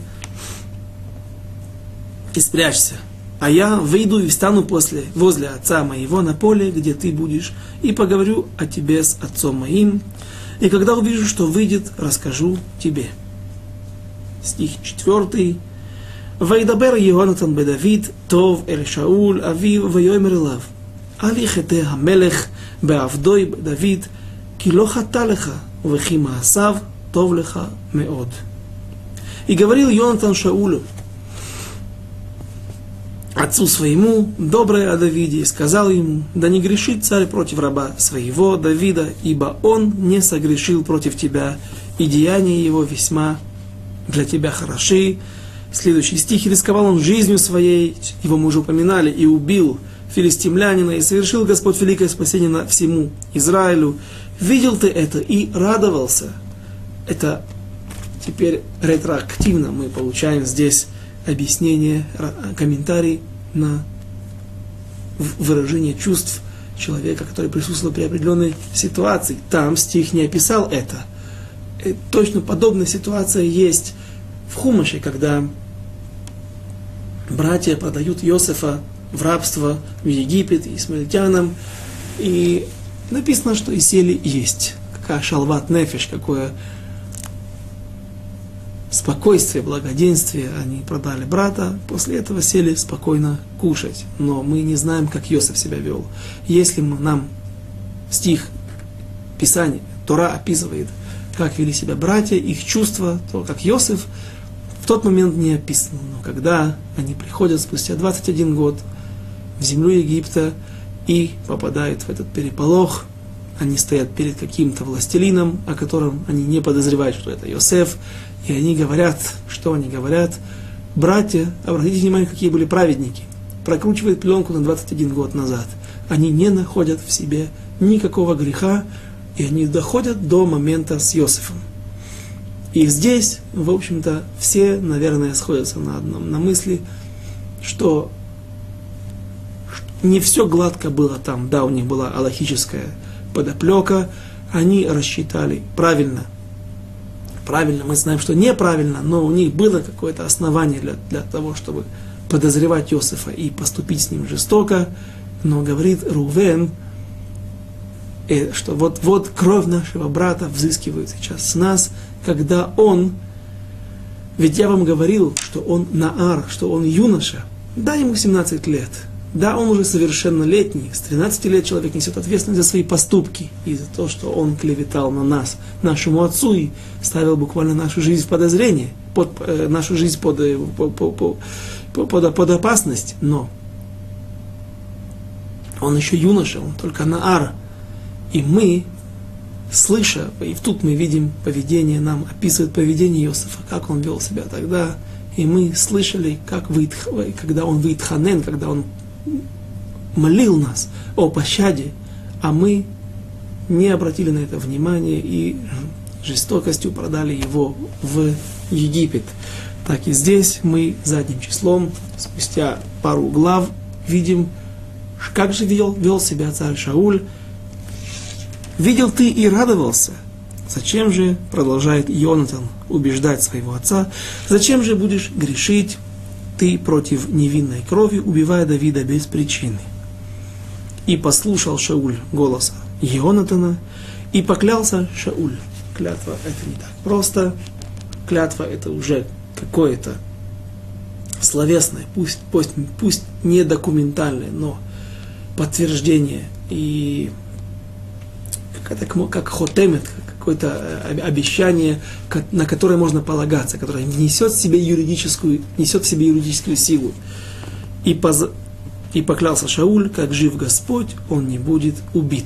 и спрячься. А я выйду и встану после, возле отца моего на поле, где ты будешь, и поговорю о тебе с отцом моим, и когда увижу, что выйдет, расскажу тебе. Стих четвертый. Вайдабер Йонатан бе Давид, тов эль Шауль, авив, вайомер элав. Али хете хамелех, беавдой Давид, ки ло хата леха, увехи маасав, тов леха меод. И говорил Йонатан Шаулю, отцу своему, доброе о Давиде, и сказал ему: да не грешит царь против раба своего Давида, ибо он не согрешил против тебя, и деяния его весьма для тебя хороши. Следующий стих. И рисковал он жизнью своей, его мы уже упоминали, и убил филистимлянина, и совершил Господь великое спасение на всему Израилю. Видел ты это и радовался. Это теперь ретроактивно мы получаем здесь объяснение, комментарий на выражение чувств человека, который присутствовал при определенной ситуации. Там стих не описал это. И точно подобная ситуация есть в Хумаше, когда братья продают Иосифа в рабство в Египет исмаильтянам, и написано, что и сели есть. Какая шалват нефеш, какое спокойствие, благоденствие. Они продали брата, после этого сели спокойно кушать. Но мы не знаем, как Иосиф себя вел. Если мы, нам стих Писания, Тора описывает, как вели себя братья, их чувства, то, как Иосиф, в тот момент не описано. Но когда они приходят спустя двадцать один год в землю Египта и попадают в этот переполох, они стоят перед каким-то властелином, о котором они не подозревают, что это Иосиф, и они говорят, что они говорят. Братья, обратите внимание, какие были праведники, прокручивают пленку на двадцать один год назад. Они не находят в себе никакого греха, и они доходят до момента с Иосифом. И здесь, в общем-то, все, наверное, сходятся на одном, на мысли, что не все гладко было там. Да, у них была алахическая подоплека, они рассчитали правильно. Правильно, мы знаем, что неправильно, но у них было какое-то основание для, для того, чтобы подозревать Иосифа и поступить с ним жестоко. Но говорит Рувен, что вот, вот кровь нашего брата взыскивает сейчас с нас, когда он, ведь я вам говорил, что он наар, что он юноша, да, ему семнадцать лет, да, он уже совершеннолетний, с тринадцати лет человек несет ответственность за свои поступки и за то, что он клеветал на нас, нашему отцу, и ставил буквально нашу жизнь в подозрение, под, э, нашу жизнь под, э, по, по, по, под, под опасность, но он еще юноша, он только наар. И мы, слыша, и тут мы видим поведение, нам описывает поведение Иосифа, как он вел себя тогда, и мы слышали, как вы, когда он витханен, когда он молил нас о пощаде, а мы не обратили на это внимание и жестокостью продали его в Египет. Так и здесь мы задним числом, спустя пару глав, видим, как же вел, вел себя царь Шауль. Видел ты и радовался. Зачем же, продолжает Йонатан убеждать своего отца, зачем же будешь грешить ты против невинной крови, убивая Давида без причины? И послушал Шауль голоса Йонатана, и поклялся Шауль. Клятва это не так просто. Клятва это уже какое-то словесное, пусть, пусть, пусть не документальное, но подтверждение и это как хотемет, какое-то обещание, на которое можно полагаться, которое несет в себе юридическую, несет в себе юридическую силу. И, поз... и поклялся Шауль, как жив Господь, он не будет убит.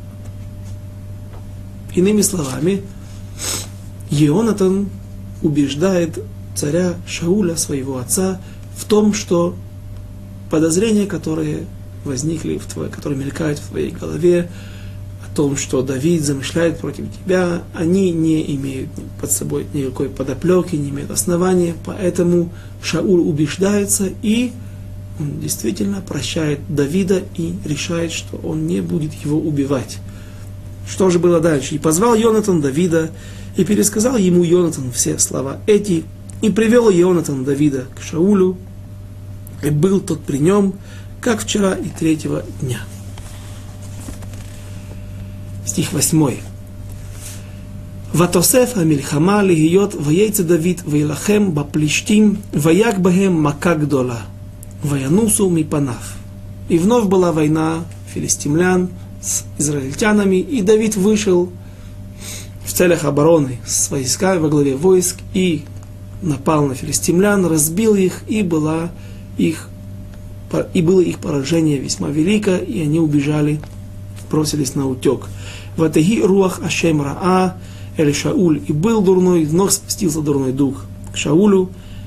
Иными словами, Йонатан убеждает царя Шауля, своего отца, в том, что подозрения, которые возникли, в твоей, которые мелькают в твоей голове, о том, что Давид замышляет против тебя, они не имеют под собой никакой подоплеки, не имеют основания, поэтому Шауль убеждается и он действительно прощает Давида и решает, что он не будет его убивать. Что же было дальше? «И позвал Йонатан Давида, и пересказал ему Йонатан все слова эти, и привел Йонатан Давида к Шаулю, и был тот при нем, как вчера и третьего дня». Стих восьмой. «Ватосеф амильхама лихиот ваейце Давид ваилахем баплиштим ваяк баhem мака гдола ваянусу мипанав». И вновь была война филистимлян с израильтянами, и Давид вышел в целях обороны с войсками во главе войск и напал на филистимлян, разбил их, и, была их, и было их поражение весьма велико, и они убежали, бросились на утек. «Ватеги руах ашем раа эль Шауль», и был дурной, вновь спустился дурной дух к Шаулю.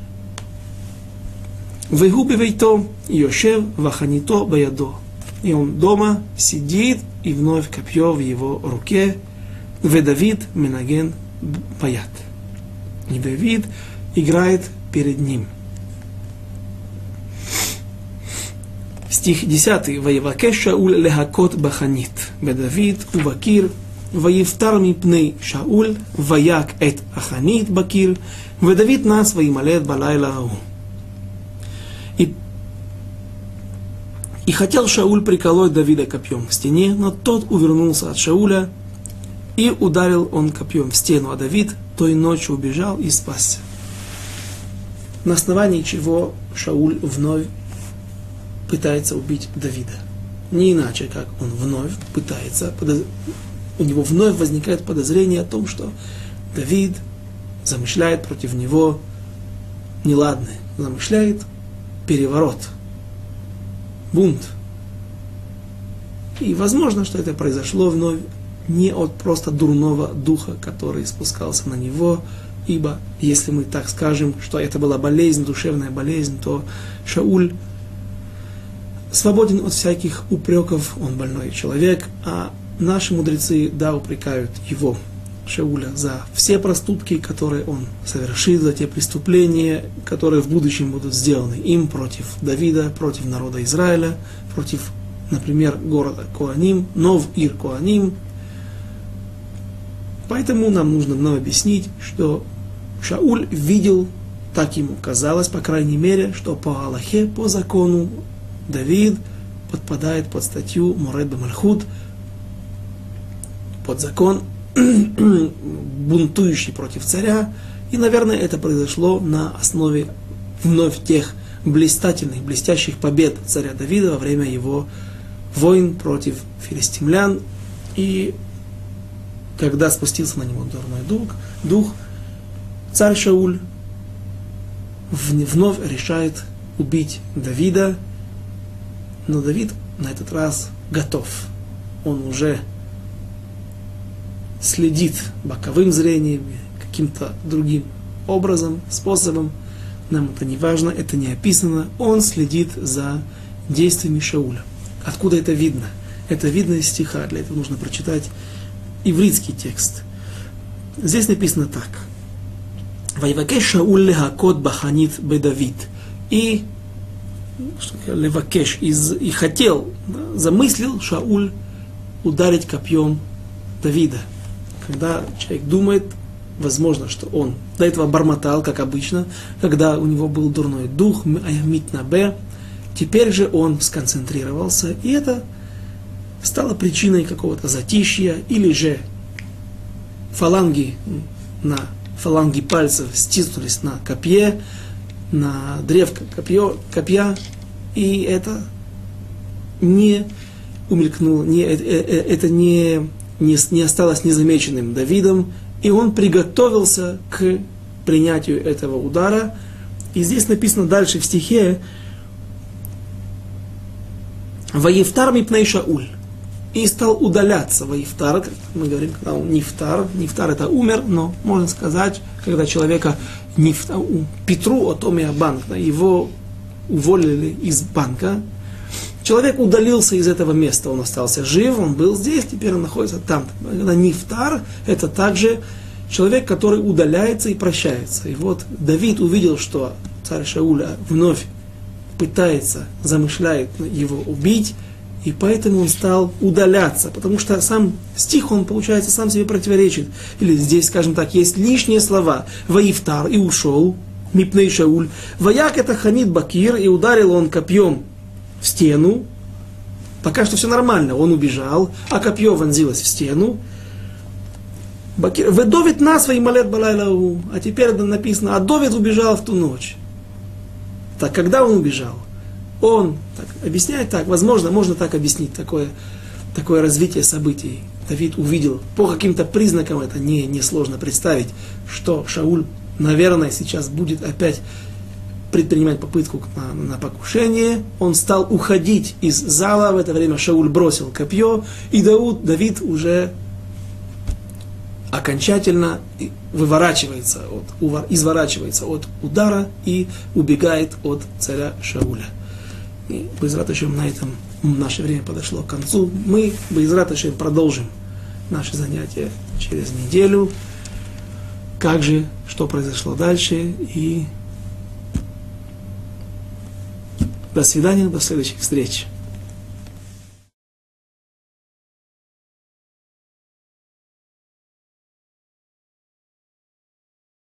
«Вегу бевейто йошев ваханито баядо», и он дома сидит, и вновь копье в его руке. «Ве Давид менаген баят», и Давид играет перед ним. Стих десятый. «Ваевакеш Шауль лехакот баханит бедавид убакир, ваевтар мипней Шауль, ваяк эт аханит бакир, ведавид нас ваималет балайла агу». И, и хотел Шауль приколоть Давида копьем к стене, но тот увернулся от Шауля, и ударил он копьем в стену, а Давид той ночью убежал и спасся. На основании чего Шауль вновь пытается убить Давида. Не иначе, как он вновь пытается, подоз... у него вновь возникает подозрение о том, что Давид замышляет против него неладное, замышляет переворот, бунт. И возможно, что это произошло вновь не от просто дурного духа, который спускался на него, ибо, если мы так скажем, что это была болезнь, душевная болезнь, то Шауль свободен от всяких упреков, он больной человек, а наши мудрецы, да, упрекают его, Шауля, за все проступки, которые он совершит, за те преступления, которые в будущем будут сделаны им против Давида, против народа Израиля, против, например, города Коаним, Нов Ир Коаним. Поэтому нам нужно вновь объяснить, что Шауль видел, так ему казалось, по крайней мере, что по Аллахе, по закону, Давид подпадает под статью Моред бе-Мальхут, под закон, бунтующий против царя. И, наверное, это произошло на основе вновь тех блистательных, блестящих побед царя Давида во время его войн против филистимлян. И когда спустился на него дурной дух, дух царь Шауль вновь решает убить Давида, но Давид на этот раз готов. Он уже следит боковым зрением, каким-то другим образом, способом. Нам это не важно, это не описано. Он следит за действиями Шауля. Откуда это видно? Это видно из стиха. Для этого нужно прочитать ивритский текст. Здесь написано так. «Вайвакеш Шауль лехакот баханит бе-Давид». И левакеш, и хотел, да, замыслил Шауль ударить копьем Давида. Когда человек думает, возможно, что он до этого бормотал, как обычно, когда у него был дурной дух, аямит набе, теперь же он сконцентрировался, и это стало причиной какого-то затишья, или же фаланги на фаланги пальцев стиснулись на копье, на древко копье, копья, и это не умелькнуло, не, это не, не, не осталось незамеченным Давидом, и он приготовился к принятию этого удара. И здесь написано дальше в стихе «Ваифтар мипней Шауль». И стал удаляться Ваифтар, как мы говорим, когда он нифтар, нифтар это умер, но можно сказать, когда человека нифтар, Петру от Омиабанка, его уволили из банка, человек удалился из этого места, он остался жив, он был здесь, теперь он находится там. Когда нифтар, это также человек, который удаляется и прощается. И вот Давид увидел, что царь Шауля вновь пытается, замышляет его убить, и поэтому он стал удаляться, потому что сам стих, он, получается, сам себе противоречит. Или здесь, скажем так, есть лишние слова. «Ваифтар» и ушел, «мипней Шауль». «Ваяк» это «ханит бакир», и ударил он копьем в стену. Пока что все нормально, он убежал, а копье вонзилось в стену. Бакир, «Ведовит нас ваималет балайлау». А теперь написано, а Довид убежал в ту ночь. Так, когда он убежал? Он так, объясняет так, возможно, можно так объяснить, такое, такое развитие событий. Давид увидел, по каким-то признакам, это не, не сложно представить, что Шауль, наверное, сейчас будет опять предпринимать попытку на, на покушение. Он стал уходить из зала, в это время Шауль бросил копье, и Дауд, Давид уже окончательно выворачивается от, изворачивается от удара и убегает от царя Шауля. И Бе'эзрат Ашем, на этом наше время подошло к концу. Мы, Бе'эзрат Ашем, продолжим наши занятия через неделю. Как же, что произошло дальше. И до свидания, до следующих встреч.